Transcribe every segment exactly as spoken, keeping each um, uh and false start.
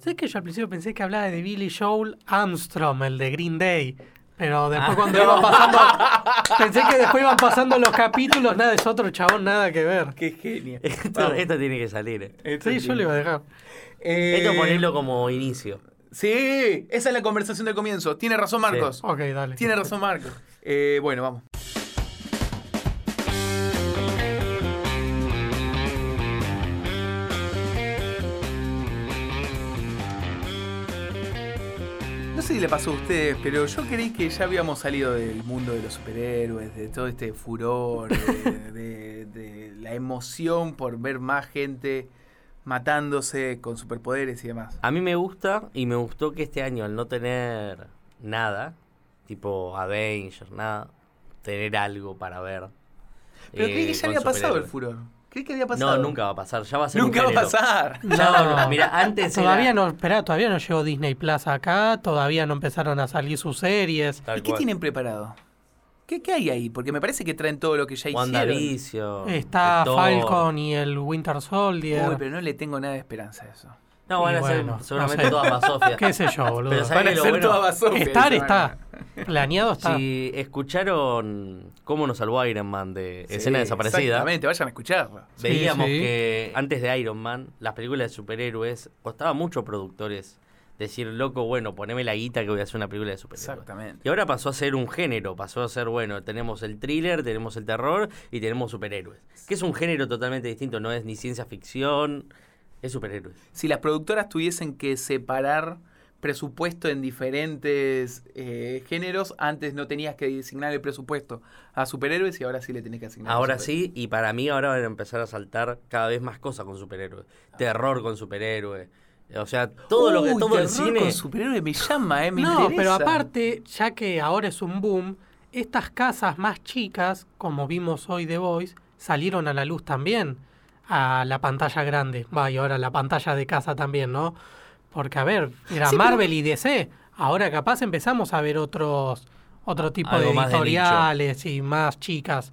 ¿Sabes que yo al principio pensé que hablaba de Billy Joel Armstrong, el de Green Day? Pero después Ah. cuando iban pasando... pensé que después iban pasando los capítulos, nada, es otro chabón, nada que ver. Qué genio. Esto, esto tiene que salir. eh. Esto Sí, sí. yo lo iba a dejar. Eh, Esto ponelo como inicio. Sí, esa es la conversación del comienzo. Tiene razón Marcos. Ok, dale. Tiene razón Marcos. Eh, bueno, vamos. No sé si le pasó a ustedes, pero yo creí que ya habíamos salido del mundo de los superhéroes, de todo este furor, de, de- de la emoción por ver más gente matándose con superpoderes y demás. A mí me gusta y me gustó que este año, al no tener nada, tipo Avengers, nada, tener algo para ver. Pero eh, creí que ya con había pasado el superhéroes. furor. Creí que había pasado. No, nunca va a pasar. Ya va a ser Nunca un va a género. pasar. Ya, No. mira, antes Todavía era- no, espera, todavía no llegó Disney Plus acá, todavía no empezaron a salir sus series. Tal ¿Y qué cual. tienen preparado? ¿Qué, ¿Qué hay ahí? Porque me parece que traen todo lo que ya hicieron. WandaVision. Está Thor. Falcon y el Winter Soldier. Uy, pero no le tengo nada de esperanza a eso. No, van Y a bueno, ser seguramente no sé. todas basofias. ¿Qué sé yo, boludo? Pero ¿sabes Van a qué es lo ser bueno? toda basofia. Estar dice está. Mariana. Planeado está. Si escucharon cómo nos salvó Iron Man de Sí, Escena Desaparecida, Exactamente, vayan a escucharlo. Sí, veíamos sí. que antes de Iron Man, las películas de superhéroes, costaba mucho a productores decir, loco, bueno, poneme la guita que voy a hacer una película de superhéroes. Exactamente. Y ahora pasó a ser un género, pasó a ser, bueno, tenemos el thriller, tenemos el terror y tenemos superhéroes. Que es un género totalmente distinto, no es ni ciencia ficción, es superhéroes. Si las productoras tuviesen que separar presupuesto en diferentes eh, géneros, antes no tenías que designar el presupuesto a superhéroes y ahora sí le tenés que asignar. a Ahora superhéroes. sí, y para mí ahora van a empezar a saltar cada vez más cosas con superhéroes. Terror con superhéroes. O sea, todo lo que Uy, todo el terror cine. con superhéroes me llama, eh, me No, interesa. pero aparte, ya que ahora es un boom, estas casas más chicas, como vimos hoy The Voice, salieron a la luz también, a la pantalla grande. Va, y ahora la pantalla de casa también, ¿no? Porque, a ver, era Sí, Marvel y D C. Ahora capaz empezamos a ver otros otro tipo Algo de más de editoriales y más chicas.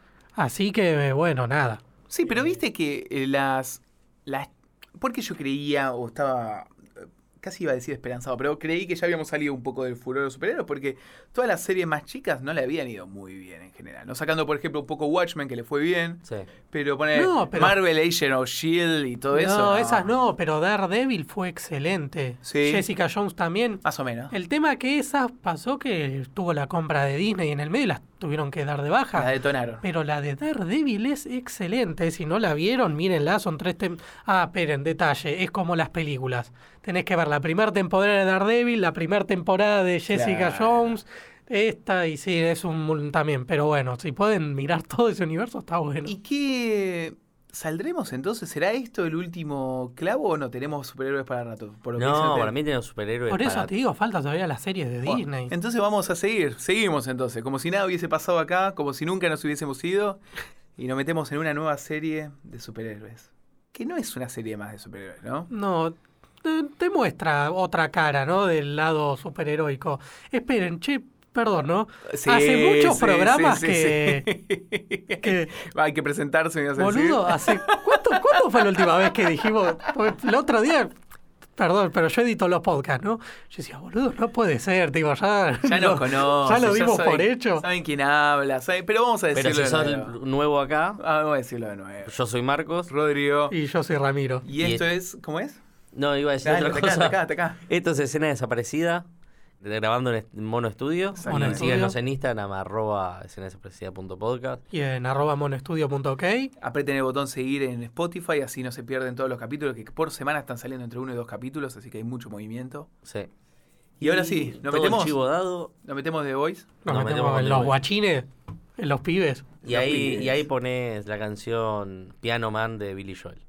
Así que, bueno, nada. Sí, pero viste que eh, las, las... Porque yo creía, o estaba... eh, Casi iba a decir esperanzado, pero creí que ya habíamos salido un poco del furor de los superhéroes porque todas las series más chicas no le habían ido muy bien en general. No sacando, por ejemplo, un poco Watchmen, que le fue bien, Sí. pero poner No, pero- Marvel Agent of S H I E L D y todo eso. No, esas no, pero Daredevil fue excelente. Sí. Jessica Jones también. Más o menos. El tema que esas pasó que tuvo la compra de Disney en el medio y las tuvieron que dar de baja. La detonaron. Pero la de Daredevil es excelente. Si no la vieron, mírenla, son tres tem- Ah, esperen, detalle, es como las películas. Tenés que ver la primera temporada de Daredevil, la primera temporada de Jessica Claro. Jones, esta, y sí, es un también. Pero bueno, si pueden mirar todo ese universo, está bueno. ¿Y qué... ¿Saldremos entonces? ¿Será esto el último clavo o no tenemos superhéroes para rato? Por lo que dice No, usted. para mí tenemos superhéroes. Por eso para- te digo, falta todavía las series de Bueno, Disney. entonces vamos a seguir. Seguimos entonces. Como si nada hubiese pasado acá, como si nunca nos hubiésemos ido. Y nos metemos en una nueva serie de superhéroes. Que no es una serie más de superhéroes, ¿no? No, te, te muestra otra cara, ¿no? Del lado superheroico. Esperen, che, perdón, ¿no? Sí, Hace muchos sí, programas sí, que, sí. que- Hay que presentarse, me ibas a Boludo, decir. hace ¿cuánto, ¿cuándo fue la última vez que dijimos? Porque el otro día, perdón, pero yo edito los podcasts, ¿no? Yo decía, boludo, no puede ser, digo, ya... Ya lo- nos conocen. Ya lo dimos saben- por hecho. Saben quién habla, saben- pero vamos a decirlo Pero si de nuevo. sos nuevo acá, Ah, vamos a decirlo de nuevo. yo soy Marcos. Rodrigo. Y yo soy Ramiro. Y Y esto et- es... ¿Cómo es? No, iba a decir Dale, otra te acá, cosa. te acá, te acá. Esto es Escena Desaparecida, de- grabando en est- Mono Estudio. Mono Y síganos Estudio. en Instagram, arroba escena desaparecida punto podcast. Y en arroba monoestudio punto ok. Aprieten el botón seguir en Spotify, así no se pierden todos los capítulos, que por semana están saliendo entre uno y dos capítulos, así que hay mucho movimiento. Sí. Y ahora sí, nos todo el metemos, chivo dado. nos metemos de Voice. Nos, Nos metemos metemos con en The los Voice. guachines, en los pibes. Y Los ahí, pibes. y ahí pones la canción Piano Man de Billy Joel.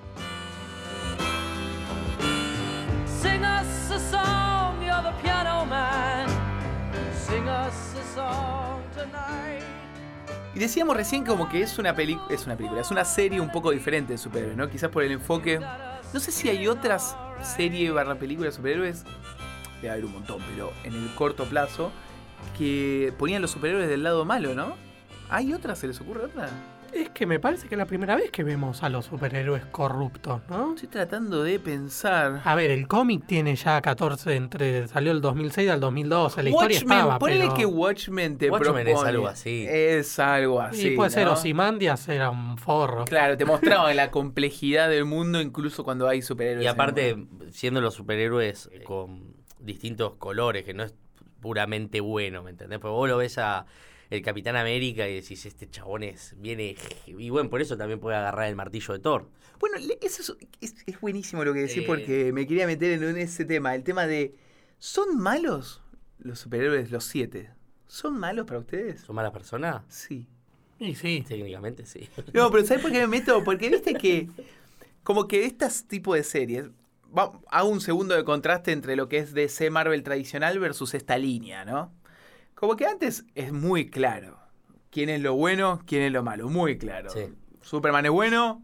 Sing us a song, you're the piano man. Sing us a song tonight. Y decíamos recién como que es una película, es una película, es una serie un poco diferente de superhéroes, ¿no? Quizás por el enfoque. No sé si hay otras series barra películas de superhéroes, debe haber un montón, pero en el corto plazo, que ponían los superhéroes del lado malo, ¿no? ¿Hay otras? ¿Se les ocurre otra? Es que me parece que es la primera vez que vemos a los superhéroes corruptos, ¿no? Estoy tratando de pensar. A ver, el cómic tiene ya catorce, entre salió el dos mil seis al dos mil doce, la historia Watchmen, estaba, ponele pero... que Watchmen te Watchmen propone. es algo así. Es algo así, Y puede ser ¿no? Ozymandias, era un forro. Claro, te mostraban la complejidad del mundo incluso cuando hay superhéroes. Y en el aparte, mundo. siendo los superhéroes con distintos colores, que no es puramente bueno, ¿me entendés? Porque vos lo ves a el Capitán América y decís, este chabón es, viene... Y bueno, por eso también puede agarrar el martillo de Thor. Bueno, le- eso es, es- es buenísimo lo que decís Eh. porque me quería meter en ese tema. El tema de, ¿son malos los superhéroes, los siete? ¿Son malos para ustedes? ¿Son malas personas? Sí. Y sí. Técnicamente sí. No, pero ¿sabes por qué me meto? Porque viste que como que estas tipo de series, va- hago un segundo de contraste entre lo que es D C Marvel tradicional versus esta línea, ¿no? Como que antes es muy claro quién es lo bueno, quién es lo malo, muy claro. Sí. Superman es bueno,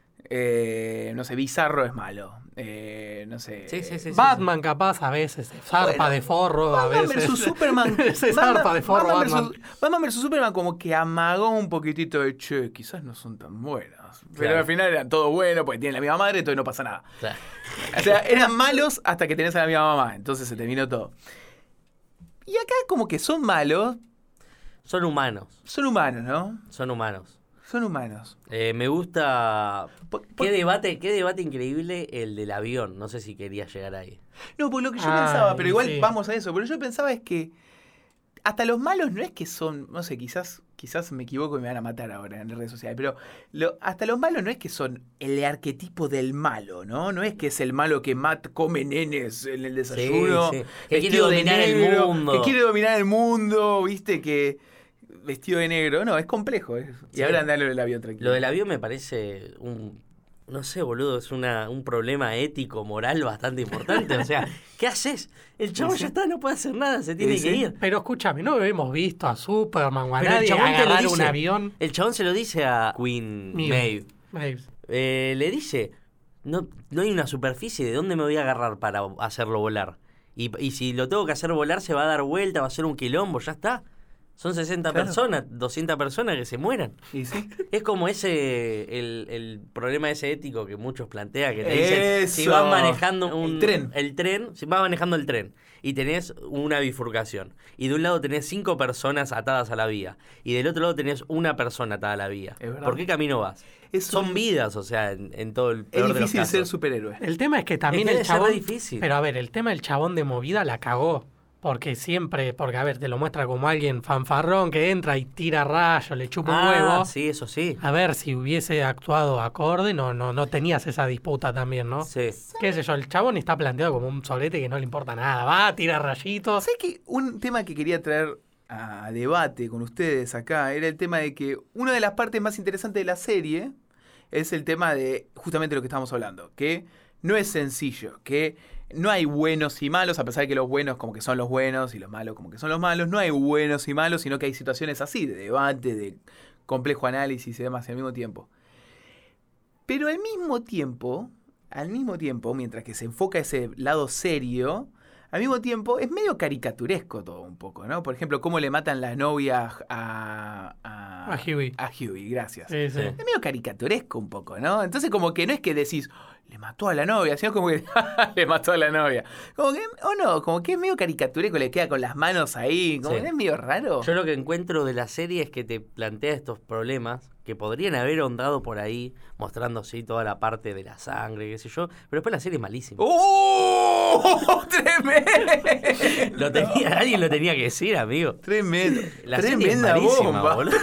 eh, no sé, Bizarro es malo, eh, no sé. Sí, sí, sí. Batman capaz a veces se zarpa Bueno, de forro, a Batman veces. versus Superman. se zarpa de forro Batman Batman. versus, Batman versus Superman como que amagó un poquitito de che, quizás no son tan buenas. Pero Claro. al final eran todos buenos porque tienen la misma madre, entonces no pasa nada. Claro. O sea, eran malos hasta que tenés a la misma mamá, entonces se terminó todo. Y acá como que son malos, Son humanos, son humanos, ¿no? son humanos. Son humanos. Eh, me gusta... Por- por- ¿Qué debate, qué debate increíble el del avión. No sé si quería llegar ahí. No, pues lo que yo Ay, pensaba, pero igual sí. vamos a eso, pero yo pensaba es que hasta los malos no es que son, no sé, quizás quizás me equivoco y me van a matar ahora en las redes sociales, pero lo- hasta los malos no es que son el arquetipo del malo, ¿no? No es que es el malo que Matt come nenes en el desayuno, Sí, sí. Que quiere vestido de dominar el negro, mundo. que quiere dominar el mundo, viste, que vestido de negro, no, es complejo. es- Y Sí. ahora andalo del avión tranquilo. Lo del avión me parece un... No sé, boludo, es una, un problema ético, moral bastante importante. O sea, ¿qué haces? El chavo Sí. ya está, no puede hacer nada, se tiene Sí, que sí. ir. Pero escúchame, no hemos visto a Superman o a Pero el nadie chabón te lo agarrar dice. un avión. El chabón se lo dice a Queen Mío. Maeve. Maeve. Eh, le dice, no, no hay una superficie, ¿de dónde me voy a agarrar para hacerlo volar? Y, y si lo tengo que hacer volar, se va a dar vuelta, va a ser un quilombo, ya está. Son sesenta Claro. personas, doscientas personas que se mueran. ¿Y sí? Es como ese, el, el problema ese ético que muchos plantean, que te dicen, si Eso. vas manejando un, El tren. el tren, si vas manejando el tren y tenés una bifurcación, y de un lado tenés cinco personas atadas a la vía, y del otro lado tenés una persona atada a la vía, Es verdad. ¿por qué camino vas? Es Son un- vidas, o sea, en, en todo el Es peor de los difícil ser casos. superhéroe. El tema es que también Es que el debe ser chabón. re difícil. Pero a ver, el tema del chabón de movida la cagó. Porque siempre, porque a ver, te lo muestra como alguien fanfarrón que entra y tira rayos, le chupa un Ah, huevo. sí, eso sí. A ver, si hubiese actuado acorde, no, no, no tenías esa disputa también, ¿no? Sí. Qué sé yo, el chabón está planteado como un solete que no le importa nada. Va, tira rayitos. ¿Sabes que un tema que quería traer a debate con ustedes acá era el tema de que una de las partes más interesantes de la serie es el tema de justamente lo que estamos hablando, que no es sencillo, que no hay buenos y malos, a pesar de que los buenos como que son los buenos y los malos como que son los malos, no hay buenos y malos, sino que hay situaciones así, de debate, de complejo análisis y demás al mismo tiempo. Pero al mismo tiempo, al mismo tiempo, mientras que se enfoca ese lado serio, al mismo tiempo es medio caricaturesco todo un poco, ¿no? Por ejemplo, cómo le matan la novia a... A, A Huey. A Huey, gracias. Sí, sí. Sí. Es medio caricaturesco un poco, ¿no? Entonces como que no es que decís, le mató a la novia, sino como que le mató a la novia. Como que, o no, como que es medio caricaturesco, le queda con las manos ahí, como Sí. que es medio raro. Yo lo que encuentro de la serie es que te plantea estos problemas que podrían haber ahondado por ahí, mostrando así toda la parte de la sangre, qué sé yo, pero después la serie es malísima. ¡Oh! ¡Tremendo! Lo tenía, alguien lo tenía que decir, amigo. Tremendo. La serie es Tremenda malísima, bomba. boludo.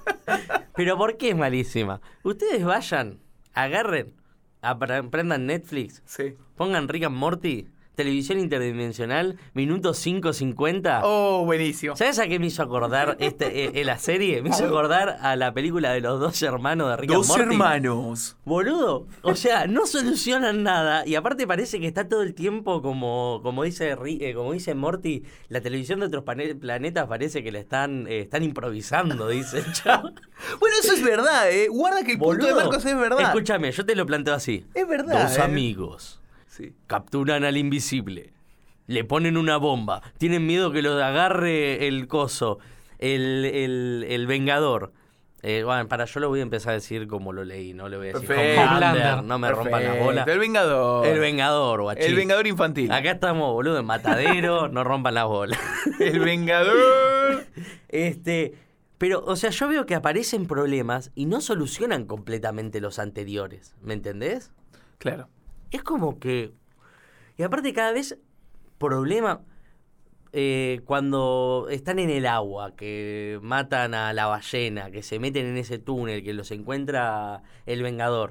Pero ¿por qué es malísima? Ustedes vayan, agarren, apra- prendan Netflix, Sí. pongan Rick and Morty, televisión interdimensional, minutos cinco cincuenta. Oh, buenísimo. ¿Sabes a qué me hizo acordar este, eh, eh, la serie? Me hizo acordar a la película de los dos hermanos de Rick Dos and Morty. hermanos. Boludo, o sea, no solucionan nada y aparte parece que está todo el tiempo como como dice Ri- eh, como dice Morty, la televisión de otros pane- planetas parece que le están eh, están improvisando, dice el chavo. Bueno, eso es verdad, ¿eh? Guarda que el punto de Boludo, Marcos es verdad. Escúchame, yo te lo planteo así. Es verdad. Dos ¿eh? amigos Sí. capturan al invisible, le ponen una bomba, tienen miedo que lo agarre el coso, el, el, el vengador. Eh, bueno, para yo lo voy a empezar a decir como lo leí, no le voy a decir Perfecto. Homelander, Homelander. no me rompan la Perfecto. bola. El Vengador. El Vengador, guachín. El Vengador infantil. Acá estamos, boludo, en Matadero, no rompan la bola. El Vengador. Este, pero, o sea, yo veo que aparecen problemas y no solucionan completamente los anteriores, ¿me entendés? Claro. Es como que... Y aparte cada vez problema... Eh, cuando están en el agua, que matan a la ballena, que se meten en ese túnel, que los encuentra el Vengador.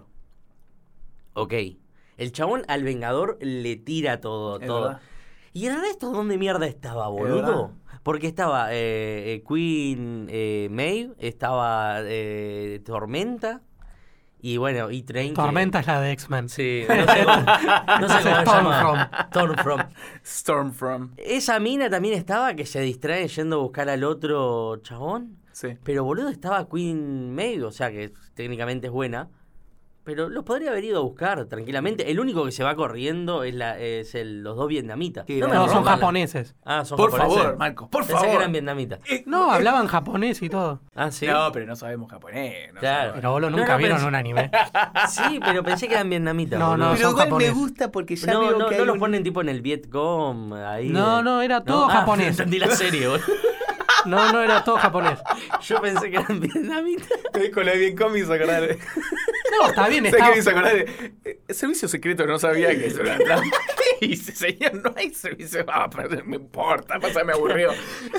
Ok. El chabón al Vengador le tira todo, Es todo. verdad. ¿Y el resto dónde mierda estaba, verdad. boludo? Porque estaba eh, eh, Queen eh, Maeve, estaba eh, Tormenta, y bueno, y Train. Tormenta es la de X-Men. Sí, no sé cómo, no sé cómo se llama. Stormfront. Stormfront. Esa mina también estaba que se distrae yendo a buscar al otro chabón. Sí. Pero boludo, estaba Queen Maeve, o sea que técnicamente es buena. Pero los podría haber ido a buscar tranquilamente. El único que se va corriendo es, la, es el, los dos vietnamitas. Qué No, me grande. No, son rompan la- japoneses. Ah, son Por japoneses. favor, Marco, por Pensé favor. que eran vietnamitas. Eh, No, eh, hablaban japonés y todo. Ah, sí. No, pero no sabemos japonés. no Claro. sabemos. Pero boludo, No, nunca no, vieron pero- un anime. Sí, pero pensé que eran vietnamitas. No, boludo. no, Pero son igual japoneses. me gusta porque ya No, veo no, que no hay los un- ponen tipo en el Vietcom ahí. No, eh. no, era todo Ah, japonés. entendí la serie, boludo. No, no, era todo japonés. Yo pensé que eran vietnamitas. Con la de bien cómics acordar. No, está bien, ¿Sabes está... qué me hizo acordar de eh, servicio secreto? No sabía que eso era trampa. ¿Qué hice, señor? No hay servicio. Ah, pero me importa, pasa, me aburrió.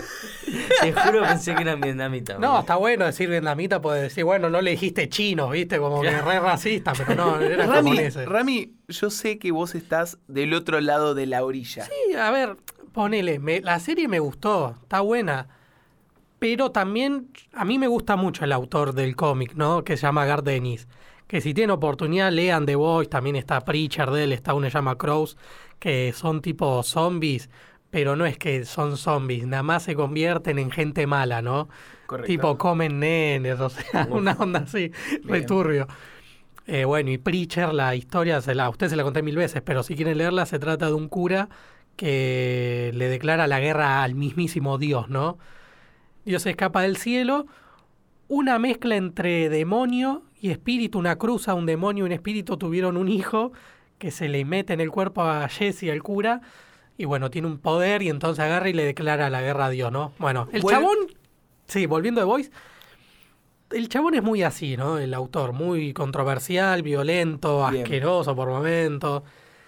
Te juro pensé que eran vietnamitas. No, boludo. está bueno decir vietnamita, puede decir, bueno, no le dijiste chinos, viste, como que re racista, pero no, eran Rami, japoneses. Rami, yo sé que vos estás del otro lado de la orilla. Sí, a ver, ponele, me- la serie me gustó, está buena, pero también a mí me gusta mucho el autor del cómic, ¿no? Que se llama Garth Dennis. Que si tienen oportunidad, lean The Voice, también está Preacher de él, está uno que se llama Crows, que son tipo zombies, pero no es que son zombies, nada más se convierten en gente mala, ¿no? Correcto. Tipo comen nenes, o sea, una onda así, returbio. Eh, bueno, y Preacher, la historia, se la, a usted se la conté mil veces, pero si quieren leerla, se trata de un cura que le declara la guerra al mismísimo Dios, ¿no? Dios se escapa del cielo, una mezcla entre demonio y espíritu, una cruza, un demonio y un espíritu tuvieron un hijo que se le mete en el cuerpo a Jesse, al cura, y bueno, tiene un poder y entonces agarra y le declara la guerra a Dios, ¿no? Bueno, el Vuel- chabón, sí, volviendo de Voice, el chabón es muy así, ¿no? El autor, muy controversial, violento, Bien. asqueroso por momentos.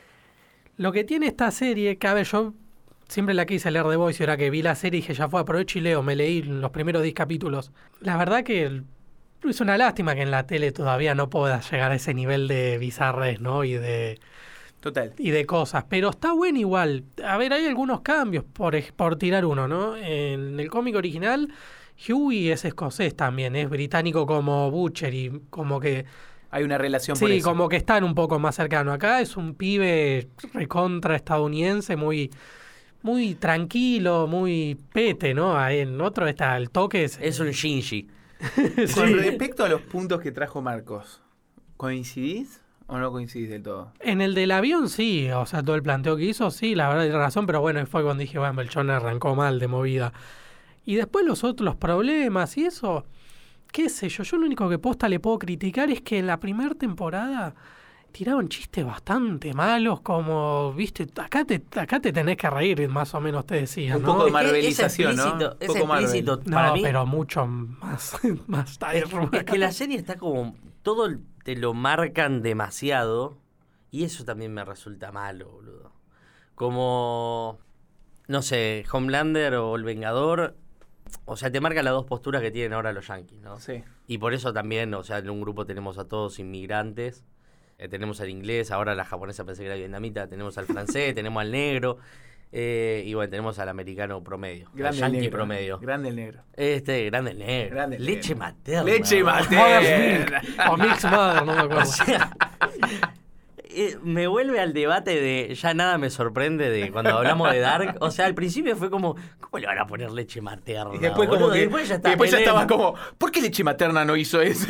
Lo que tiene esta serie, que a ver, yo siempre la quise leer de Voice y ahora que vi la serie dije, ya fue, aprovecho y leo, me leí los primeros diez capítulos. La verdad que el- es una lástima que en la tele todavía no pueda llegar a ese nivel de bizarrés, ¿no? Y de, Total. y de cosas, pero está bueno igual. A ver, hay algunos cambios, por, ej- por tirar uno, ¿no? En el cómic original, Huey es escocés también, es británico como Butcher y como que... Hay una relación por Sí, eso. como que están un poco más cercano. Acá es un pibe recontra estadounidense, muy, muy tranquilo, muy pete, ¿no? Ahí en otro está el toque. Es, Es un Shinji. Con Sí. respecto a los puntos que trajo Marcos, ¿coincidís o no coincidís del todo? En el del avión sí, o sea, todo el planteo que hizo, sí, la verdad tiene razón, pero bueno, fue cuando dije, bueno, el John arrancó mal de movida. Y después los otros problemas y eso, qué sé yo, yo lo único que posta le puedo criticar es que en la primera temporada tiraron chistes bastante malos, como, viste, acá te, acá te tenés que reír, más o menos te decía, Un ¿no? poco de Es que marvelización, es ¿no? explícito, Un es poco Marvel. explícito. No, Para mí, pero mucho más, más tierno. es que la serie está como... Todo el- te lo marcan demasiado y eso también me resulta malo, boludo. Como... No sé, Homelander o El Vengador... O sea, te marca las dos posturas que tienen ahora los yankees, ¿no? Sí. Y por eso también, o sea, en un grupo tenemos a todos inmigrantes. Eh, tenemos al inglés, ahora la japonesa pensé que era vietnamita. Tenemos al francés, tenemos al negro. eh, y bueno, tenemos al americano promedio. Grande al el yankee negro. promedio. Grande el negro. Este, grande el negro. Grande el Leche negro. materna. Leche boludo. materna. O Mix Mother, no me acuerdo. O sea, eh, me vuelve al debate de ya nada me sorprende de cuando hablamos de Dark. O sea, al principio fue como, ¿cómo le van a poner leche materna? Y después, boludo? como que, Y después ya, y está, después ya Belén. estaba como, ¿por qué leche materna no hizo eso?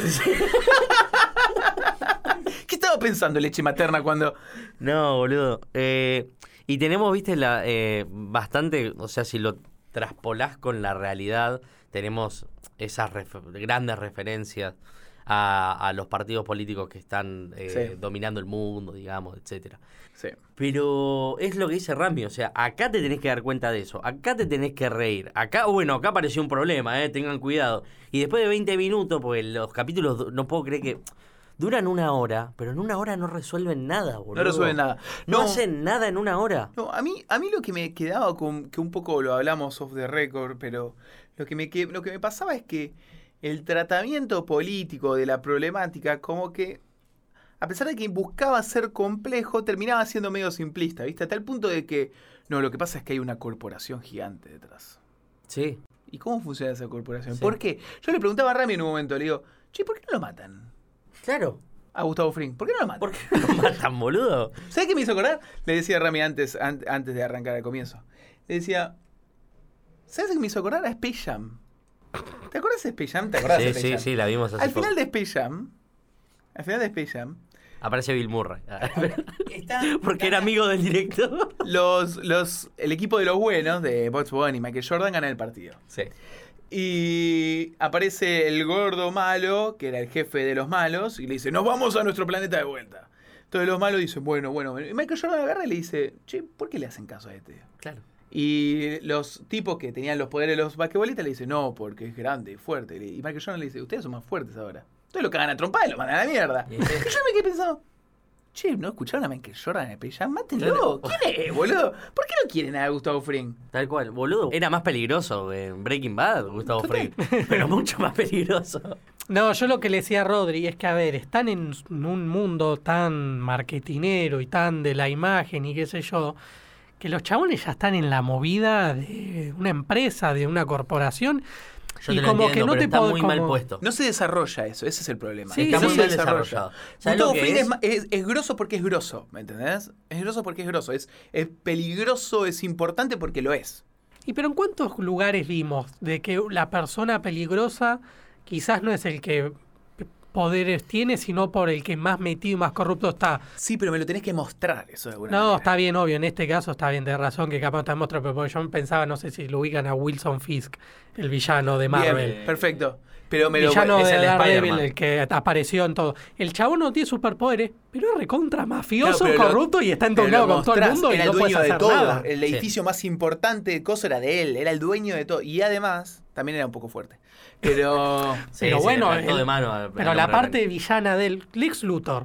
¿Qué estaba pensando leche materna cuando...? No, boludo. Eh, y tenemos, viste, la eh, bastante, o sea, si lo traspolás con la realidad, tenemos esas ref- grandes referencias a, a los partidos políticos que están eh, Sí. dominando el mundo, digamos, etcétera. Sí. Pero es lo que dice Rami, o sea, acá te tenés que dar cuenta de eso, acá te tenés que reír, acá, bueno, acá apareció un problema, eh, tengan cuidado. Y después de veinte minutos, porque los capítulos, no puedo creer que duran una hora, pero en una hora no resuelven nada, boludo. No resuelven nada. No, No. hacen nada en una hora. No, a mí, a mí lo que me quedaba con, que un poco lo hablamos off the record, pero lo que me que- lo que me pasaba es que el tratamiento político de la problemática, como que, a pesar de que buscaba ser complejo, terminaba siendo medio simplista, ¿viste? A tal punto de que, no, lo que pasa es que hay una corporación gigante detrás. Sí. ¿Y cómo funciona esa corporación? Sí. ¿Por qué? Yo le preguntaba a Rami en un momento, le digo, che, ¿por qué no lo matan? Claro. A Gustavo Fring, ¿por qué no lo matan? ¿Por qué no matan, boludo? ¿Sabes qué me hizo acordar? Le decía a Rami antes, an- antes de arrancar al comienzo. Le decía, ¿sabes qué me hizo acordar? A Space Jam. ¿Te acuerdas de Space Jam? ¿Te acuerdas de Sí, Space sí, Jam? sí, la vimos hace Al poco. final de Space Jam, al final de Space Jam, Aparece Bill Murray. está, Porque era amigo del director. los, los, el equipo de los buenos, de Bugs Bunny y Michael Jordan, gana el partido. Sí. Y aparece el gordo malo, que era el jefe de los malos, y le dice, nos vamos a nuestro planeta de vuelta. Entonces los malos dicen, bueno, bueno. Y Michael Jordan agarra y le dice, che, ¿por qué le hacen caso a este? Claro. Y los tipos que tenían los poderes de los basquetbolistas le dicen, no, porque es grande y fuerte. Y Michael Jordan le dice, ustedes son más fuertes ahora. Entonces lo cagan a trompar y lo mandan a la mierda. Y yo me quedé pensando, che, ¿no escucharon a Michael Jordan en el Space Jam? Mátenlo. ¿Quién es, boludo? ¿Por qué no quieren a Gustavo Fring? Tal cual, boludo. Era más peligroso en Breaking Bad, Gustavo Fring. Pero mucho más peligroso. No, yo lo que le decía a Rodri es que, a ver, están en un mundo tan marketinero y tan de la imagen y qué sé yo, que los chabones ya están en la movida de una empresa, de una corporación. Yo y te lo como entiendo, que no pero te está pod- muy como- mal puesto. No se desarrolla eso, ese es el problema. Sí, Está sí, muy sí, mal se desarrollado. ¿Sabes Gustavo lo que Fring es? es, ma- es, es grosso porque es grosso, ¿me entendés? Es grosso porque es grosso. Es, es peligroso, es importante porque lo es. ¿Y pero en cuántos lugares vimos de que la persona peligrosa quizás no es el que poderes tiene, sino por el que más metido y más corrupto está? Sí, pero me lo tenés que mostrar eso de alguna No, manera. está bien, obvio, en este caso está bien, tenés razón que capaz te muestro, pero porque yo pensaba, no sé si lo ubican a Wilson Fisk, el villano de Marvel. Bien, perfecto. Pero me lo Villano es de el de Daredevil, Spider-Man. el que apareció en todo. El chabón no tiene superpoderes, pero es recontra mafioso, Claro, pero lo- corrupto y está pero entonado lo con todo el mostrás, mundo y era no el puedes dueño de hacer todo. nada. El edificio más importante de coso era de él. Era el dueño de todo. Y además, también era un poco fuerte. Pero... Sí, Pero sí, bueno, le plantó el- de mano al- Pero al la hombre parte realmente. villana del Lex Luthor.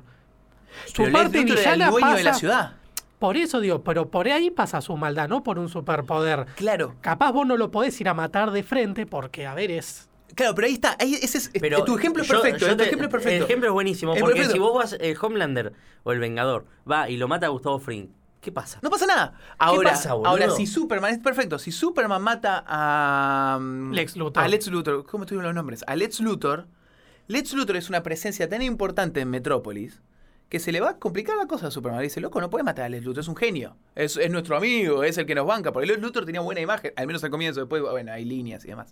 Su pero Lex parte Luthor era villana el dueño pasa, de la ciudad. Por eso digo, pero por ahí pasa su maldad, no por un superpoder. Claro. Capaz vos no lo podés ir a matar de frente porque, a ver, es... Claro, pero ahí está. Ahí, ese es, Pero tu ejemplo es yo- perfecto. yo tu te- ejemplo es perfecto. El ejemplo es buenísimo, Es porque perfecto. si vos vas, el Homelander o el Vengador, va y lo mata a Gustavo Fring, ¿qué pasa? No pasa nada. Ahora, pasa, boludo? ahora si Superman, es perfecto, si Superman mata a... mm, Lex Luthor. A Lex Luthor, ¿cómo estoy con los nombres? A Lex Luthor. Lex Luthor es una presencia tan importante en Metrópolis que se le va a complicar la cosa a Superman. Dice, loco, no puede matar a Lex Luthor, es un genio. Es, es nuestro amigo, es el que nos banca. Porque Lex Luthor tenía buena imagen, al menos al comienzo, después, bueno, hay líneas y demás.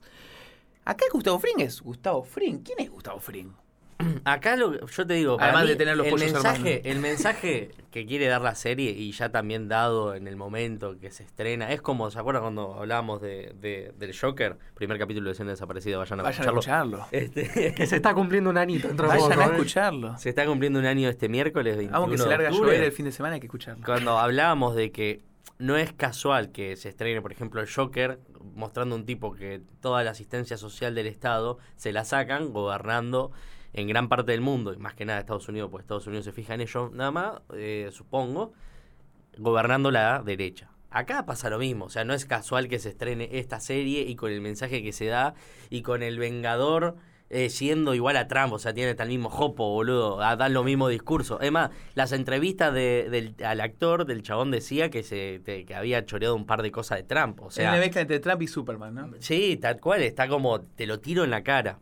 Acá Gustavo Fring es Gustavo Fring. ¿Quién es Gustavo Fring? Acá lo, yo te digo, para Además mí, de tener los el pollos mensaje, hermanos. el mensaje que quiere dar la serie y ya también dado en el momento que se estrena, es como, ¿se acuerdan cuando hablábamos de, de- del Joker? Primer capítulo de Escena Desaparecida, vayan a Vayan a escucharlo. escucharlo. Este, Que se está cumpliendo un anito dentro de Vayan poco, a ¿eh? escucharlo. se está cumpliendo un año este miércoles, veintiuno Vamos que se de larga a octubre. llover el fin de semana, hay que escucharlo. Cuando hablábamos de que no es casual que se estrene, por ejemplo, el Joker, mostrando un tipo que toda la asistencia social del Estado se la sacan gobernando en gran parte del mundo, y más que nada Estados Unidos, pues Estados Unidos se fija en ello nada más, eh, supongo, gobernando la derecha. Acá pasa lo mismo, o sea, no es casual que se estrene esta serie y con el mensaje que se da y con el Vengador eh, siendo igual a Trump, o sea, tiene hasta el mismo jopo, boludo, a dar lo mismo discurso. Es más, las entrevistas de, del, al actor, del chabón decía que se te- que había choreado un par de cosas de Trump, o Es sea... una mezcla entre Trump y Superman, ¿no? Sí, tal cual, está como, te lo tiro en la cara.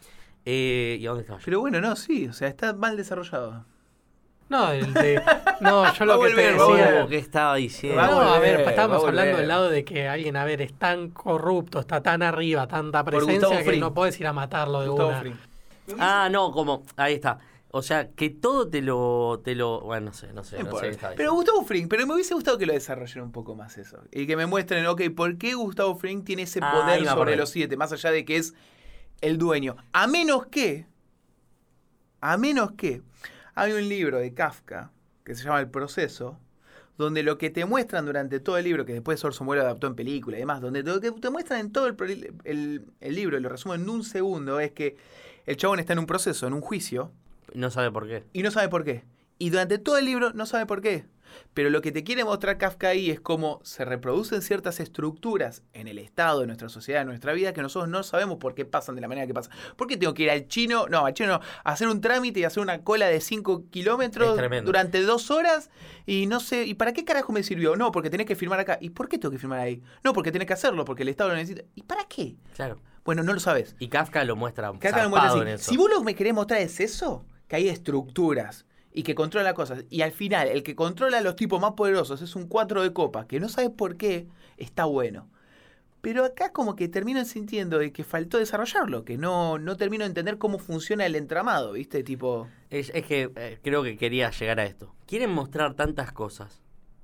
Eh, ¿Y a dónde estaba yo? Pero bueno, no, sí, o sea, está mal desarrollado. No, el de, no, yo Va a lo que te volver, va a decía... volver. Oh, ¿qué estaba diciendo? Va a No, a volver, ver, va estábamos a hablando volver. del lado de que alguien, a ver, es tan corrupto, está tan arriba, tanta Gustavo presencia que Fring. no puedes ir a matarlo de Gustavo una. Fring. Ah, no, como, ahí está. O sea, que todo te lo... Te lo bueno, no sé, no sé. No No sé importa. qué estaba Pero diciendo. Gustavo Fring, pero me hubiese gustado que lo desarrollen un poco más eso. Y que me muestren, ok, ¿por qué Gustavo Fring tiene ese Ah, poder ahí me sobre acordé. los siete? Más allá de que es el dueño. A menos que, a menos que, hay un libro de Kafka que se llama El Proceso, donde lo que te muestran durante todo el libro, que después Orson Welles adaptó en película y demás, donde lo que te muestran en todo el, pro- el, el libro, y lo resumo en un segundo, es que el chabón está en un proceso, en un juicio, No sabe por qué. y no sabe por qué. Y durante todo el libro no sabe por qué. Pero lo que te quiere mostrar Kafka ahí es cómo se reproducen ciertas estructuras en el Estado, en nuestra sociedad, en nuestra vida, que nosotros no sabemos por qué pasan de la manera que pasan. ¿Por qué tengo que ir al chino? No, al chino no. A hacer un trámite y hacer una cola de cinco kilómetros Es tremendo. durante dos horas y no sé, ¿y para qué carajo me sirvió? No, porque tenés que firmar acá. ¿Y por qué tengo que firmar ahí? No, porque tenés que hacerlo, porque el Estado lo necesita. ¿Y para qué? Claro. Bueno, no lo sabes. Y Kafka lo muestra Kafka lo muestra zarpado así. en eso. Si vos lo que me querés mostrar es eso, que hay estructuras y que controla cosas, y al final el que controla a los tipos más poderosos es un cuatro de copa, que no sabes por qué, está bueno. Pero acá como que termino sintiendo de que faltó desarrollarlo, que no, no termino de entender cómo funciona el entramado, ¿viste? Tipo... Es, es que eh, creo que quería llegar a esto. Quieren mostrar tantas cosas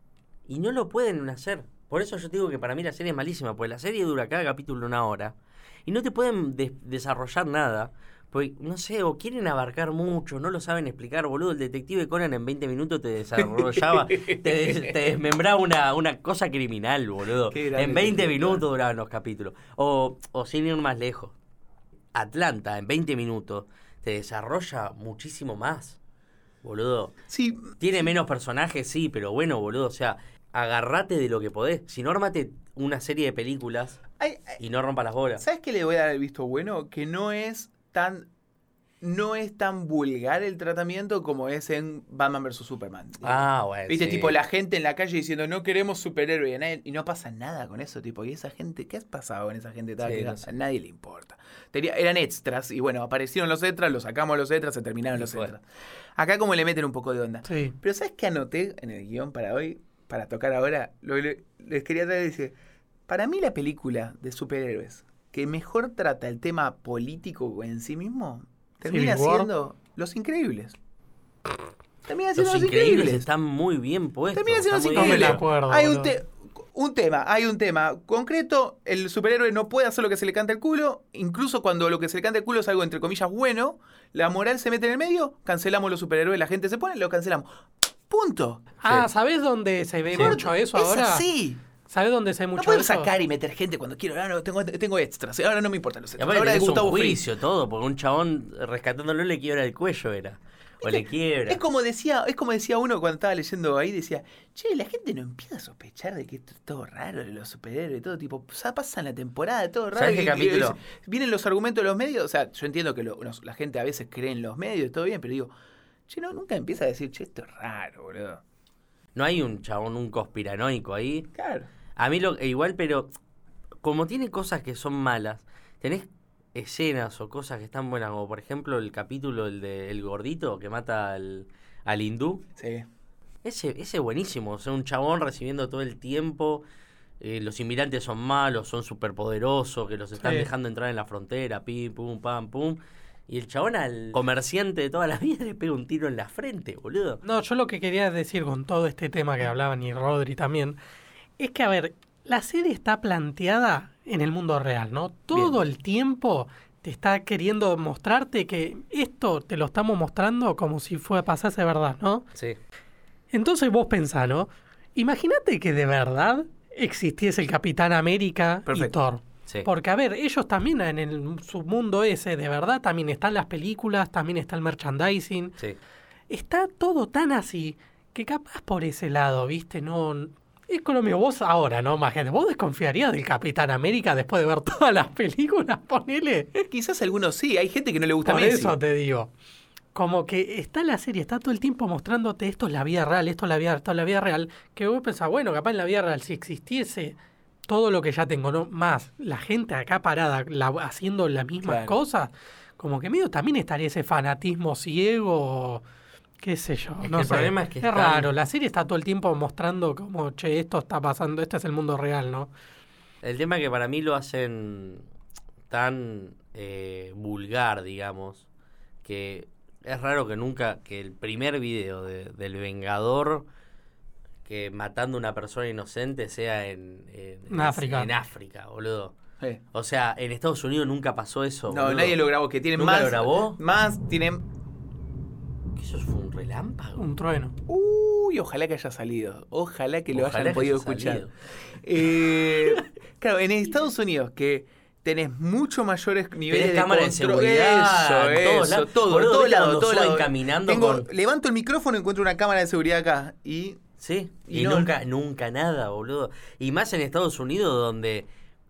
y no lo pueden hacer. Por eso yo te digo que para mí la serie es malísima, porque la serie dura cada capítulo una hora y no te pueden de- desarrollar nada. Porque, no sé, o quieren abarcar mucho, no lo saben explicar, boludo. El detective Conan en veinte minutos te desarrollaba, te, des- te desmembraba una, una cosa criminal, boludo. Qué grande En veinte detective minutos Conan. duraban los capítulos. O, o sin ir más lejos. Atlanta, en veinte minutos, te desarrolla muchísimo más, boludo. Sí, Tiene menos personajes, sí, pero bueno, boludo, o sea, agarrate de lo que podés. Si no, armate una serie de películas hay- hay- y no rompa las bolas. ¿sabes qué le voy a dar el visto bueno? Que no es tan... No es tan vulgar el tratamiento como es en Batman versus Superman. Ah, bueno. Viste, sí. tipo la gente en la calle diciendo no queremos superhéroe y, a nadie- y no pasa nada con eso, tipo, y esa gente, ¿qué ha pasado con esa gente? Estaba Sí, que no a sé. nadie le importa. Tenía- eran extras y bueno, aparecieron los extras, los sacamos los extras, se terminaron Y los fue. extras. Acá como le meten un poco de onda. Sí. Pero ¿sabes qué anoté en el guión para hoy? Para tocar ahora. Lo que le- les quería traer, dice, para mí la película de superhéroes que mejor trata el tema político en sí mismo, termina Civil War. siendo Los Increíbles. Termina siendo Los Los, increíbles Increíbles. están muy bien puestos. Termina siendo están Los muy bien No me la Increíbles. hechos. acuerdo, Hay un, boludo. te- un tema, hay un tema concreto, el superhéroe no puede hacer lo que se le canta el culo, incluso cuando lo que se le canta el culo es algo entre comillas bueno, la moral se mete en el medio, cancelamos los superhéroes, la gente se pone, lo cancelamos. Punto. Ah, ¿sabés dónde se ve Sí. mucho eso es ahora? así. ¿Sabés dónde se ve No mucho puedo eso? sacar y meter gente cuando quiero. Ahora no, tengo, tengo extras. Ahora no me importan los Y extras. aparte Ahora de tenés un Gustavo Fring. juicio, todo, porque un chabón rescatándolo le quiebra el cuello, era. O le quiebra. Es como decía, es como decía uno cuando estaba leyendo ahí, decía, che, la gente no empieza a sospechar de que esto es todo raro, de los superhéroes, todo tipo, ya pasan la temporada, todo raro. ¿Sabés qué y- y- capítulo? y- vienen los argumentos de los medios, o sea, yo entiendo que lo- los- la gente a veces cree en los medios, todo bien, pero digo, che, no, nunca empieza a decir, che, esto es raro, boludo. No hay un chabón, un conspiranoico ahí. Claro. A mí lo e igual, pero como tiene cosas que son malas, tenés escenas o cosas que están buenas, como por ejemplo el capítulo el de el gordito que mata al, al hindú. Sí. Ese, ese es buenísimo, o sea, un chabón recibiendo todo el tiempo, eh, los inmigrantes son malos, son superpoderosos, que los están Sí. dejando entrar en la frontera, pim, pum, pam, pum. Y el chabón al comerciante de toda la vida le pega un tiro en la frente, boludo. No, yo lo que quería decir con todo este tema que hablaban y Rodri también, es que, a ver, la serie está planteada en el mundo real, ¿no? Todo el tiempo te está queriendo mostrarte que esto te lo estamos mostrando como si fuera a pasarse verdad, ¿no? Sí. Entonces vos pensá, ¿no? Imagínate que de verdad existiese el Capitán América Perfecto. y Thor. Sí. Porque, a ver, ellos también en el submundo ese, de verdad, también están las películas, también está el merchandising. Sí. Está todo tan así que capaz por ese lado, ¿viste? No... Es con lo mío, vos ahora, ¿no? Imagínate, ¿vos desconfiarías del Capitán América después de ver todas las películas? Ponele. Quizás algunos sí, hay gente que no le gusta Por Messi. eso te digo. Como que está la serie, está todo el tiempo mostrándote esto es la vida real, esto es la vida, esto es la vida real, que vos pensás, bueno, capaz en la vida real si existiese todo lo que ya tengo, ¿no? Más la gente acá parada la- haciendo las mismas Claro. cosas, como que medio también estaría ese fanatismo ciego, qué sé yo, Es no que el sé. problema es que están- raro, la serie está todo el tiempo mostrando como, che, esto está pasando, este es el mundo real, ¿no? El tema es que para mí lo hacen tan eh, vulgar, digamos, que Es raro que nunca, que el primer video de, del Vengador que matando a una persona inocente sea en, en, En África. En África, boludo. Sí. O sea, en Estados Unidos nunca pasó eso. No, boludo. nadie lo grabó. Que tienen ¿Nunca más. lo grabó? Más, tienen. ¿Qué eso fue un relámpago? Un trueno. Uy, ojalá que haya salido. Ojalá que lo Ojalá hayan que podido haya escuchar. salido. Eh, claro, en Estados Unidos, que tenés mucho mayores niveles Tenés de cámara de control. seguridad, Eso, en todos eso, lados. todo, Boludo, en todo ¿viste lado, cuando todo suben lado. caminando Tengo, con- Levanto el micrófono y encuentro una cámara de seguridad acá. Y Sí, y, Y no- nunca, nunca nada, boludo. Y más en Estados Unidos donde...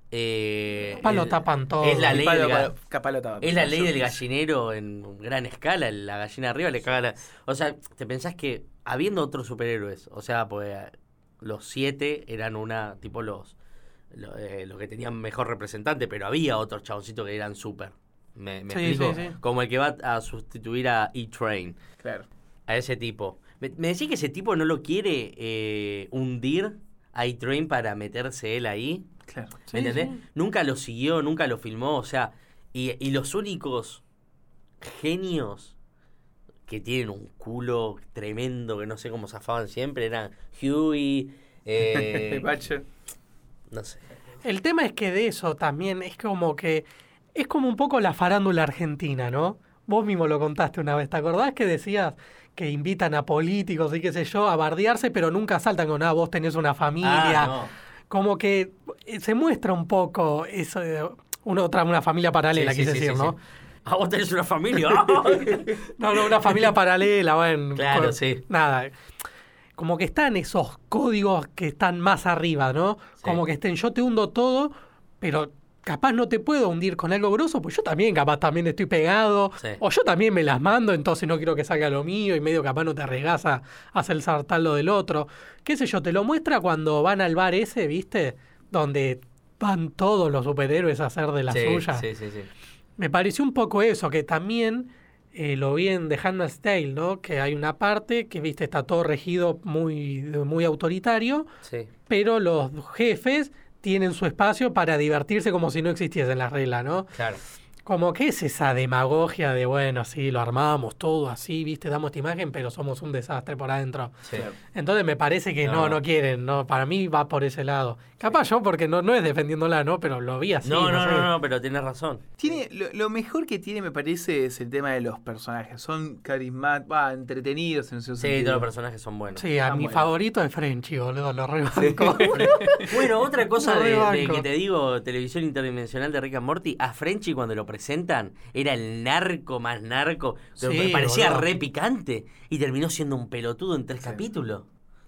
Eh, Capaz lo el- tapan todo. Es la y ley, palo- del, ga- palo- capaz lo estaba es la ley pensando. del gallinero en gran escala. La gallina arriba le caga la... O sea, te pensás que habiendo otros superhéroes, o sea, pues los siete eran una, tipo los... Los, eh, los que tenían mejor representante, pero había otros chaboncitos que eran super. ¿Me, me Sí, explico? sí, sí. Como el que va a sustituir a E-Train. Claro. A ese tipo. ¿Me, me decís que ese tipo no lo quiere eh, hundir a E-Train para meterse él ahí? Claro. Sí, ¿Me entendés? sí. Nunca lo siguió, nunca lo filmó, o sea, y, y los únicos genios que tienen un culo tremendo, que no sé cómo zafaban siempre, eran Huey, eh, Butcher. no sé. El tema es que de eso también es como que es como un poco la farándula argentina, ¿no? Vos mismo lo contaste una vez, ¿te acordás que decías que invitan a políticos y qué sé yo a bardearse, pero nunca saltan con, ah, vos tenés una familia? Ah, no. Como que se muestra un poco eso, de una, otra, una familia paralela, Sí, sí, quise sí, decir, sí, ¿no? sí. Ah, vos tenés una familia. No, no, una familia paralela, bueno. Claro, con- sí. Nada. Como que están esos códigos que están más arriba, ¿no? Sí. Como que estén, yo te hundo todo, pero capaz no te puedo hundir con algo grosso, pues yo también capaz también estoy pegado, Sí. o yo también me las mando, entonces no quiero que salga lo mío y medio capaz no te arriesgás a hacer saltar lo del otro. Qué sé yo, te lo muestra cuando van al bar ese, ¿viste? Donde van todos los superhéroes a hacer de la sí, suya. sí, sí, sí. Me pareció un poco eso, que también eh, lo vi en The Handmaid's Tale, ¿no? Que hay una parte que, viste, está todo regido muy, muy autoritario, Sí. pero los jefes tienen su espacio para divertirse como si no existiesen las reglas, ¿no? Claro. Como que es esa demagogia de, bueno, sí, lo armamos todo así, viste, damos esta imagen, pero somos un desastre por adentro. Sí. Entonces me parece que no, No. no, quieren, no, para mí va por ese lado. Capaz yo, porque no, no es defendiéndola, ¿no? Pero lo vi así. no, no, sé. no, no, pero tienes razón. Tiene, lo, lo mejor que tiene, me parece, es el tema de los personajes. Son carismáticos, ah, entretenidos en su Sí, sentido. todos los personajes son buenos. Sí, a Ah, mi bueno. favorito es Frenchy, boludo, lo rebanco. Bueno, otra cosa No, de, de rebanco. que te digo, televisión interdimensional de Rick and Morty, a Frenchy cuando lo presentan era el narco más narco, Sí, me parecía boludo. re picante y terminó siendo un pelotudo en tres Sí. capítulos.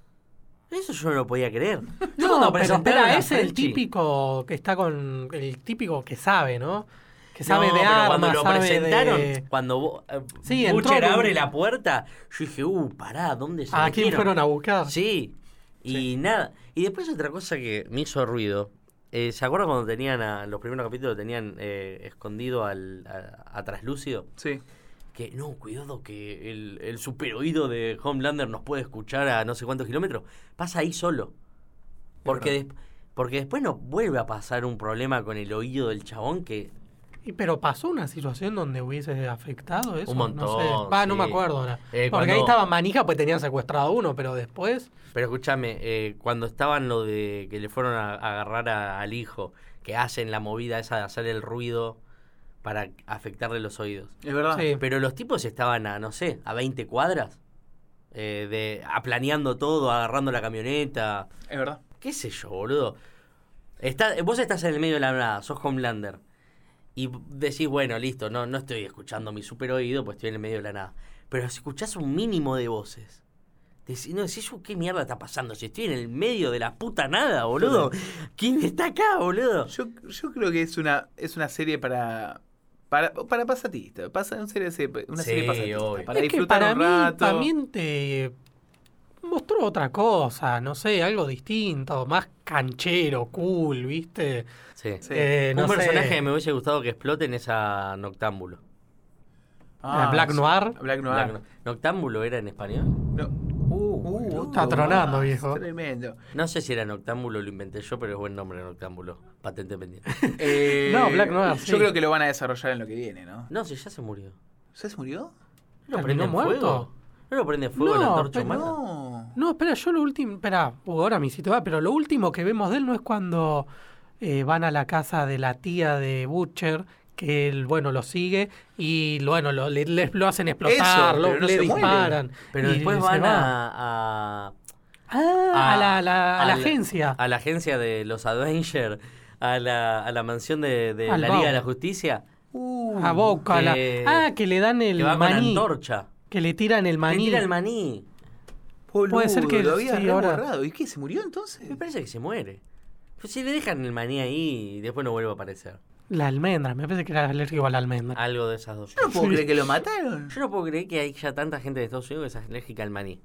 Eso yo no lo podía creer. Yo No, cuando pero presentaron espera, a es el Frenchy- típico que está con. El típico que sabe, ¿no? Que sabe No, de pero armas, cuando lo sabe presentaron, de... cuando vos- eh, Sí, entró Butcher con- abre la puerta, yo dije, uh, pará, ¿dónde se ¿A quién metieron? fueron a buscar? Sí, y nada. Y después otra cosa que me hizo ruido. Eh, ¿Se acuerdan cuando tenían a, los primeros capítulos tenían eh, escondido al, a, a Traslúcido? Sí. Que no, cuidado que el, el superoído de Homelander nos puede escuchar a no sé cuántos kilómetros. Pasa ahí solo. Porque, des- porque después no vuelve a pasar un problema con el oído del chabón que... Y, pero pasó una situación donde hubiese afectado eso. Un montón, No sé. Va, no me sí. acuerdo ahora. Eh, Porque ahí cuando- estaba manija, pues tenían secuestrado a uno, pero después. Pero escúchame, eh, cuando estaban lo de que le fueron a, a agarrar a- al hijo, que hacen la movida esa de hacer el ruido para afectarle los oídos. Es verdad. Sí. Pero los tipos estaban a, no sé, a veinte cuadras, eh, de, a planeando todo, agarrando la camioneta. Es verdad. ¿Qué sé yo, boludo? Está, vos estás en el medio de la nada, sos Homelander. Y decís, bueno, listo, no, no estoy escuchando mi super oído, pues estoy en el medio de la nada. Pero si escuchás un mínimo de voces, decís, no decís, "Uh, ¿qué mierda está pasando? Si estoy en el medio de la puta nada, boludo. ¿Quién está acá, boludo? Yo, yo creo que es una, es una serie para. Para, para pasatista. Pasa, una serie, una Sí, serie pasatista. obvio. Para es que disfrutar para un mí rato. también te mostró otra cosa, no sé, algo distinto, más canchero, cool, ¿viste? Sí. Sí. Eh, Un no sé. personaje que me hubiese gustado que exploten es a Noctámbulo. Ah, Black sí. Noir. Black Noir. Black- ¿Noctámbulo era en español? No. Uh, está otro tronando, más. viejo. Tremendo. No sé si era Noctámbulo, lo inventé yo, pero es buen nombre Noctámbulo. Patente pendiente. Eh, No, Black Noir, sí. Yo creo que lo van a desarrollar en lo que viene, ¿no? No, si ya se murió. ¿Ya se murió? ¿No lo ¿Terminó prende muerto? fuego? ¿No lo prende fuego No, la antorcha pero humana? No. No, espera, yo lo último... Espera, uh, ahora mi sitio va, pero lo último que vemos de él no es cuando eh, van a la casa de la tía de Butcher, que él, bueno, lo sigue y, bueno, lo, le, le- lo hacen explotar, Eso, lo, pero no le se muere. disparan. Pero y después se van va. a, a, Ah, a, la, a la- a la al- agencia. a la agencia de los Avengers, a la, a la mansión de, de Al la Liga de la Bau. Justicia, Uh, A Boca. a la- que- Ah, que le dan el que va con maní. antorcha. Que le tiran el Le maní. tira el maní. boludo, puede ser que lo había sí, re ahora- borrado. ¿Y qué? ¿Se murió entonces? Me parece que se muere. Pues si le dejan el maní ahí, después no vuelve a aparecer. La almendra, me parece que era alérgico a la almendra. Algo de esas dos Yo no puedo Sí. creer que lo mataron. Yo no puedo creer que haya tanta gente de Estados Unidos que es alérgica al maní.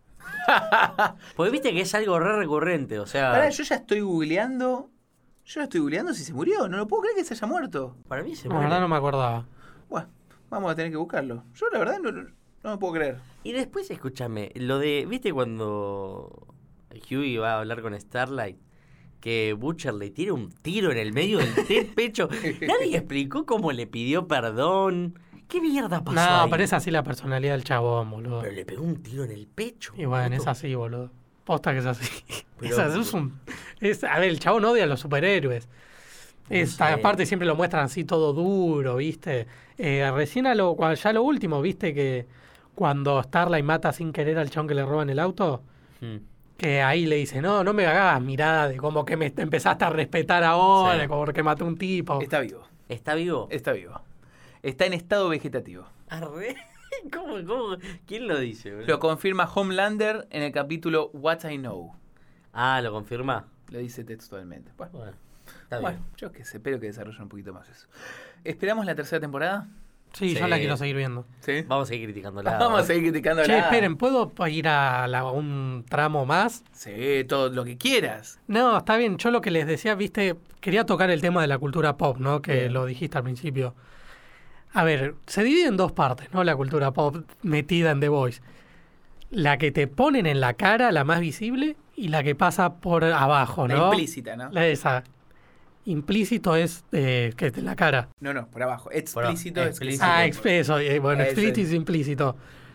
Porque viste que es algo re recurrente, o sea... Pará, yo ya estoy googleando. Yo ya estoy googleando si se murió. No lo puedo creer que se haya muerto. Para mí se La muere. verdad no me acordaba. Bueno, vamos a tener que buscarlo. Yo la verdad no, no, no me puedo creer. Y después, escúchame, lo de... ¿Viste cuando Hughie va a hablar con Starlight? Que Butcher le tira un tiro en el medio del te- pecho. Nadie explicó cómo le pidió perdón. ¿Qué mierda pasó No, ahí? pero es así la personalidad del chabón, boludo. Pero le pegó un tiro en el pecho. Y bueno, es boludo. así, boludo. Posta que es así. Pero- Es así, es un... es- a ver, el chabón odia a los superhéroes. Es, sé. Aparte siempre lo muestran así todo duro, ¿viste? Eh, recién a lo, cua- ya lo último, ¿viste? Que cuando Starlight mata sin querer al chabón que le roban el auto, Hmm. que ahí le dice, no, no me hagas mirada de como que me empezaste a respetar ahora, Sí. como que maté a un tipo. Está vivo. ¿Está vivo? Está vivo. Está en estado vegetativo. Arre. ¿Cómo, cómo? ¿Quién lo dice, boludo? Lo confirma Homelander en el capítulo What I Know. Ah, ¿lo confirma? Lo dice textualmente. Bueno, Bueno, está bueno, bien. yo qué sé, espero que desarrollen un poquito más eso. ¿Esperamos la tercera temporada? Sí, yo Sí. la quiero seguir viendo. Sí. Vamos a seguir criticándola. Vamos a seguir criticando Che, esperen, ¿puedo ir a la- un tramo más? Sí, todo lo que quieras. No, está bien. Yo lo que les decía, viste, quería tocar el tema de la cultura pop, ¿no? Que Bien. lo dijiste al principio. A ver, se divide en dos partes, ¿no? La cultura pop metida en The Voice. La que te ponen en la cara, la más visible, y la que pasa por abajo, La ¿no? implícita, ¿no? La esa. Implícito es eh, que es de la cara. No, no, por abajo. Explícito abajo. es que Explícito. Ah, sí, ex- eso, eh, bueno, Eso explícito es. y implícito.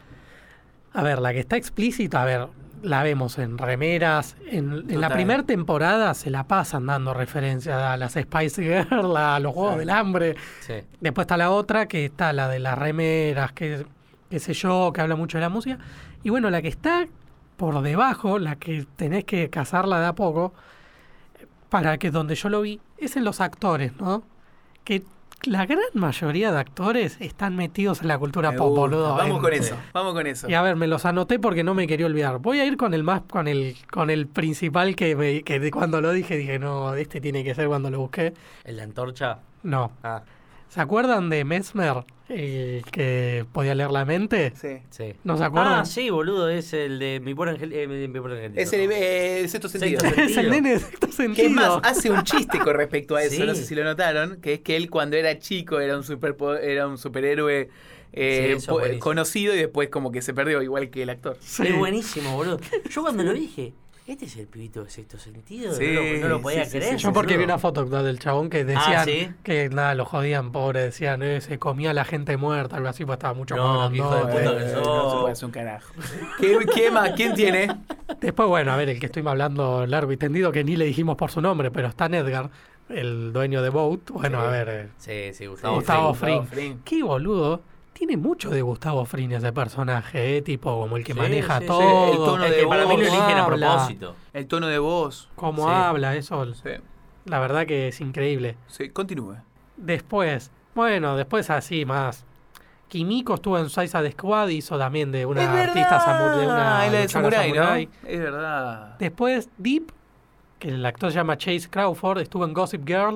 A ver, la que está explícita, a ver, la vemos en remeras. En, en la Total. primera temporada se la pasan dando referencias a las Spice Girls, a los Juegos Sí. del Hambre. Sí. Después está la otra, que está la de las remeras, que qué sé yo, que habla mucho de la música. Y bueno, la que está por debajo, la que tenés que cazarla de a poco, para que donde yo lo vi, es en los actores, ¿no? Que la gran mayoría de actores están metidos en la cultura Me pop, gusta. boludo. Vamos En- con eso, vamos con eso. Y a ver, me los anoté porque no me quería olvidar. Voy a ir con el más, con el, con el principal que, me- que de cuando lo dije, dije, no, este tiene que ser cuando lo busqué. ¿En la antorcha? No. Ah, ¿Se acuerdan de Mesmer, el que podía leer la mente? Sí. sí. ¿No se acuerdan? Ah, sí, boludo, es el de mi pobre angel... eh, mi, mi pobre angelito. Es el eh, sexto sentido. Sexto Es el nene de sexto sentido. Que es más, hace un chiste con respecto a eso, Sí. no sé si lo notaron, que es que él cuando era chico era un super era un superhéroe eh, Sí, eso po- es buenísimo. conocido y después como que se perdió igual que el actor. Sí. Es buenísimo, boludo. Yo cuando lo dije, ¿este es el pibito de sexto sentido? Sí, no, lo, no lo podía sí, sí, creer. sí, Yo porque vi boludo. una foto del chabón que decían Ah, ¿sí? que nada, lo jodían, pobre, decían, eh, se comía a la gente muerta, algo así, pues estaba mucho No, más qué hijo de grandote. puta que sos. no se puede hacer un carajo. ¿Qué, qué más? ¿Quién tiene? Después, bueno, a ver, el que estoy hablando largo y tendido, que ni le dijimos por su nombre, pero está Edgar, el dueño de Boat. Bueno, Sí. a ver, eh, Sí, sí, Gustavo. Gustavo sí, Fring. Gustavo Fring. Qué boludo. Tiene mucho de Gustavo Fring ese personaje, ¿eh? Tipo como el que Sí, maneja sí, sí. todo. El tono Es de que para mí lo voz, eligen a habla, propósito. El tono de voz. Cómo Sí. habla, eso, Sí, la verdad que es increíble. sí, continúe. Después, bueno, después así más. Kimiko estuvo en Suicide Squad, hizo también de una es verdad. artista samu- de una es la de luchadora Samurai, samurái. ¿no? Es verdad. Después Deep, que el actor se llama Chase Crawford, estuvo en Gossip Girl.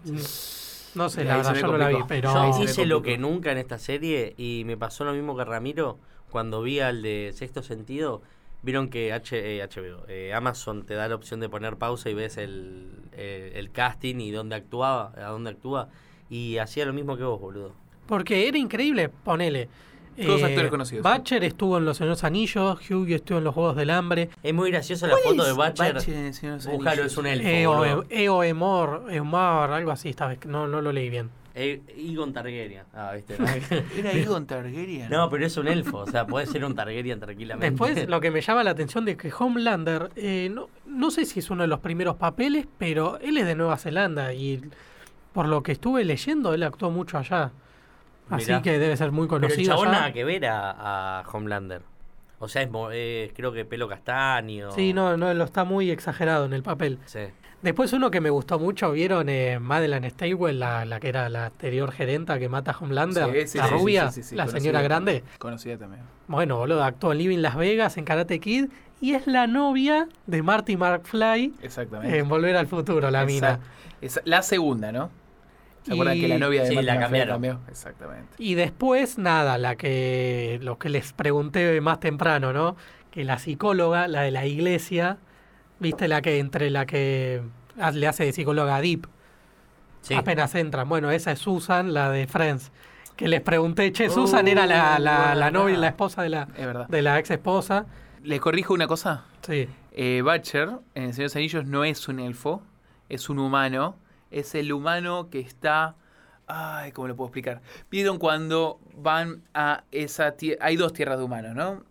No sé, Ahí la se verdad me yo no la vi, complicó. pero Yo se me hice lo complicó. que nunca en esta serie y me pasó lo mismo que Ramiro cuando vi al de Sexto Sentido. Vieron que H, eh, H B O, eh, Amazon te da la opción de poner pausa y ves el, eh, el casting y dónde actuaba, a dónde actúa. Y hacía lo mismo que vos, boludo. porque era increíble, ponele. Todos actores conocidos. Butcher estuvo en Los Señores Anillos, Hughie estuvo en Los Juegos del Hambre, Es muy graciosa la foto de Butcher. Señor Búscalo, es un elfo. Eo, boludo. Eo Emor, Eumar, algo así esta vez, que no, no lo leí bien. Eh, Aegon Targaryen. Ah, viste. ¿no? Era Aegon Targaryen. No, pero es un elfo, o sea, puede ser un Targaryen tranquilamente. Después, lo que me llama la atención de que Homelander, eh, no, no sé si es uno de los primeros papeles, pero él es de Nueva Zelanda y por lo que estuve leyendo, él actuó mucho allá. Así Mirá. que debe ser muy Pero el conocido. chabón allá. nada que ver a, a Homelander. O sea, es, mo- eh, creo que pelo castaño. Sí, no, no, lo está muy exagerado en el papel. Sí. Después uno que me gustó mucho, ¿vieron? Eh, Madeleine Stawell, la, la que era la anterior gerenta que mata a Homelander, Sí, sí, la sí, rubia, sí, sí, sí, la conocida señora grande. también. Conocida también. Bueno, boludo, actuó en Living Las Vegas, en Karate Kid, y es la novia de Marty McFly Exactamente. en Volver al Futuro, la mina. Esa- esa- la segunda, ¿no? ¿Se acuerdan Y- que la novia de sí, Marty la McFly cambiaron. cambió? Exactamente. Y después, nada, la que lo que les pregunté más temprano, ¿no? Que la psicóloga, la de la iglesia, ¿viste? La que entre la que ha- le hace de psicóloga a Deep, Sí. apenas entran. Bueno, esa es Susan, la de Friends. Que les pregunté, che, Susan era la, la, la verdad. novia, la esposa de la, Es verdad. de la ex esposa. ¿Les corrijo una cosa? Sí. Eh, Butcher, en El Señor de los Anillos, no es un elfo, es un humano. Es el humano que está... Ay, ¿cómo lo puedo explicar? ¿Vieron cuando van a esa tierra? Hay dos tierras de humanos, ¿no?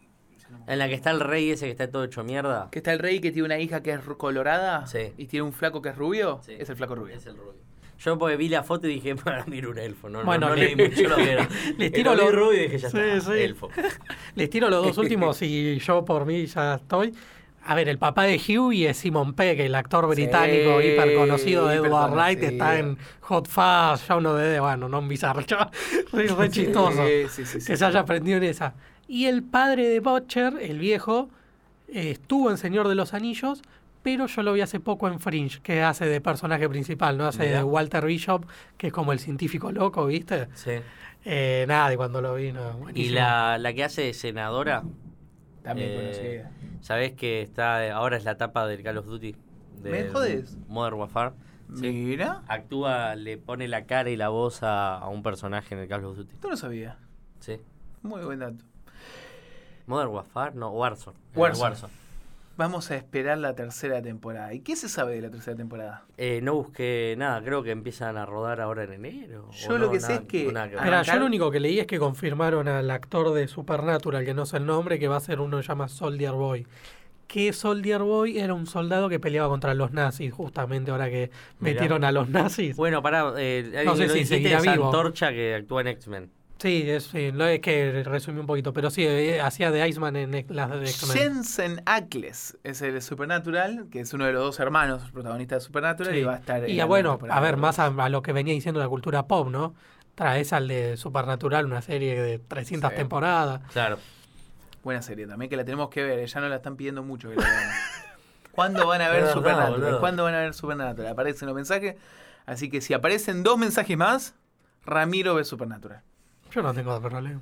En la que está el rey ese que está todo hecho mierda. Que está el rey que tiene una hija que es ru- colorada Sí. y tiene un flaco que es rubio. Sí. Es el flaco rubio. Es el rubio. Yo porque vi la foto y dije, para mí era un elfo. No, Bueno, no, no le- leí mucho lo que era. les tiro Lo vi los- rubio y dije, ya Sí, está, sí. elfo. Les tiro los dos últimos y yo por mí ya estoy. A ver, el papá de Hughie es Simon Pegg, el actor británico Sí, hiper conocido de Edward hiperconocido. Wright, está en Hot Fuzz, ya uno de, bueno, no un bizarro, ya, re, re chistoso Sí, sí, sí, sí, que sí. se haya aprendido en esa. Y el padre de Butcher, el viejo, eh, estuvo en Señor de los Anillos, pero yo lo vi hace poco en Fringe, que hace de personaje principal, ¿no? Hace Mirá. de Walter Bishop, que es como el científico loco, ¿viste? Sí. Eh, nada, y cuando lo vi, no, Y buenísimo. la, la que hace de senadora, También Eh, conocida. ¿sabés que está ahora es la tapa del Call of Duty? ¿Me Del jodés? Modern Warfare. Sí. Mira, Actúa, le pone la cara y la voz a, a un personaje en el Call of Duty. esto no sabía. Sí. Muy buen dato. Modern Warfare, no, Warzone. En el Warzone. Warzone. Vamos a esperar la tercera temporada. ¿Y qué se sabe de la tercera temporada? Eh, no busqué nada, creo que empiezan a rodar ahora en enero. o Yo lo no, que sé nada- es que- no, nada ver. Mirá, yo Arrancar- lo único que leí es que confirmaron al actor de Supernatural, que no sé el nombre, que va a ser uno que se llama Soldier Boy. Que Soldier Boy era un soldado que peleaba contra los nazis, justamente ahora que Mirá. metieron a los nazis. Bueno, pará, eh, alguien No sé que no si dijiste seguirá es vivo. Antorcha que actúa en X-Men. Sí, es, sí, no es que resumí un poquito, pero sí, eh, hacía de Iceman en Ex- las de X-Men. Jensen Ackles es el de Supernatural, que es uno de los dos hermanos protagonistas de Supernatural Sí. y va a estar en Y la ah, bueno, temporada a ver, dos. más a, a lo que venía diciendo la cultura pop, ¿no? Traes al de Supernatural, una serie de trescientas Sí. temporadas. Claro. Buena serie también, que la tenemos que ver, ya nos la están pidiendo mucho que la veamos. ¿Cuándo van a ver Es verdad, Supernatural? boludo. ¿Cuándo van a ver Supernatural? Aparecen los mensajes, así que si aparecen dos mensajes más, Ramiro ve Supernatural. Yo no tengo problema.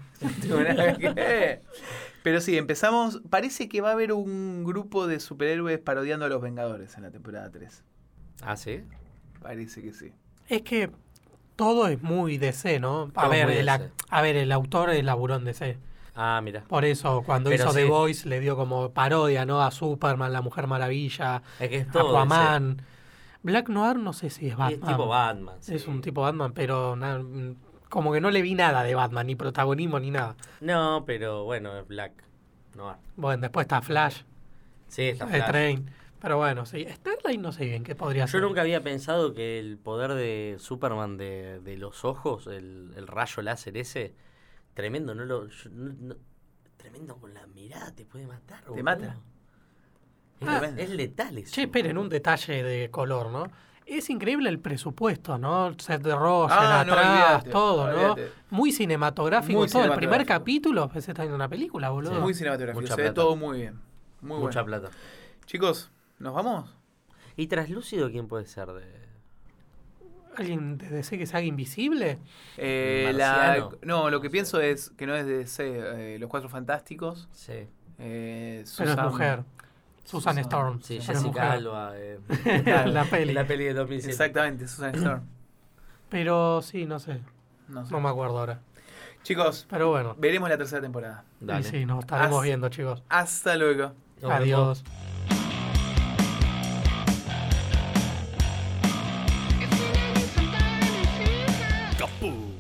Pero sí, empezamos. Parece que va a haber un grupo de superhéroes parodiando a los Vengadores en la temporada tres. Ah, ¿sí? Parece que sí. Es que todo es muy D C, ¿no? A Todo ver, muy el, ac- D C. a ver, el autor es laburó en D C. Ah, mira. Por eso, cuando Pero hizo sí. The Voice, le dio como parodia, ¿no? A Superman, la Mujer Maravilla, Es que es todo Aquaman. Black Noir no sé si es D C. Batman. Es tipo Batman. sí. Es un tipo Batman, pero na- como que no le vi nada de Batman, ni protagonismo ni nada. No, pero bueno, es Black Noir. Bueno, después está Flash, Sí, está eh, Flash. Train. Pero bueno, sí. Starlight no sé bien qué podría Yo ser. nunca había pensado que el poder de Superman de, de los ojos, el, el rayo láser ese, tremendo, no lo... yo- no- no- tremendo con la mirada, te puede matar. boludo. mata. Es, Ah. es letal eso. Che, esperen, un detalle de color, ¿no? Es increíble el presupuesto, ¿no? Set de Rogen, Ah, no, atrás, olvídate, todo, ¿no? olvídate. Muy cinematográfico Muy todo. El primer cinematográfico. capítulo parece estar en una película, boludo. Muy cinematográfico, Mucha se ve plata. todo muy bien. Muy Mucha bueno. plata. Chicos, ¿nos vamos? ¿Y Traslúcido quién puede ser? de ¿Alguien de D C que se haga invisible? Eh, la, Marciano. no, lo que pienso es que no es de D C, eh, Los Cuatro Fantásticos. Sí, Pero Eh, es Susan- mujer. Susan Susan- Storm. sí pero es Jessica mujer. Alba. eh, La peli. la peli de dos mil siete. Exactamente, Susan Storm. Pero sí, no sé. No sé. No me acuerdo ahora. Chicos, Pero bueno. veremos la tercera temporada. Dale. Y sí, nos estaremos Haz- viendo, chicos. Hasta luego. Nos vemos. Adiós. If you need somebody to Capú.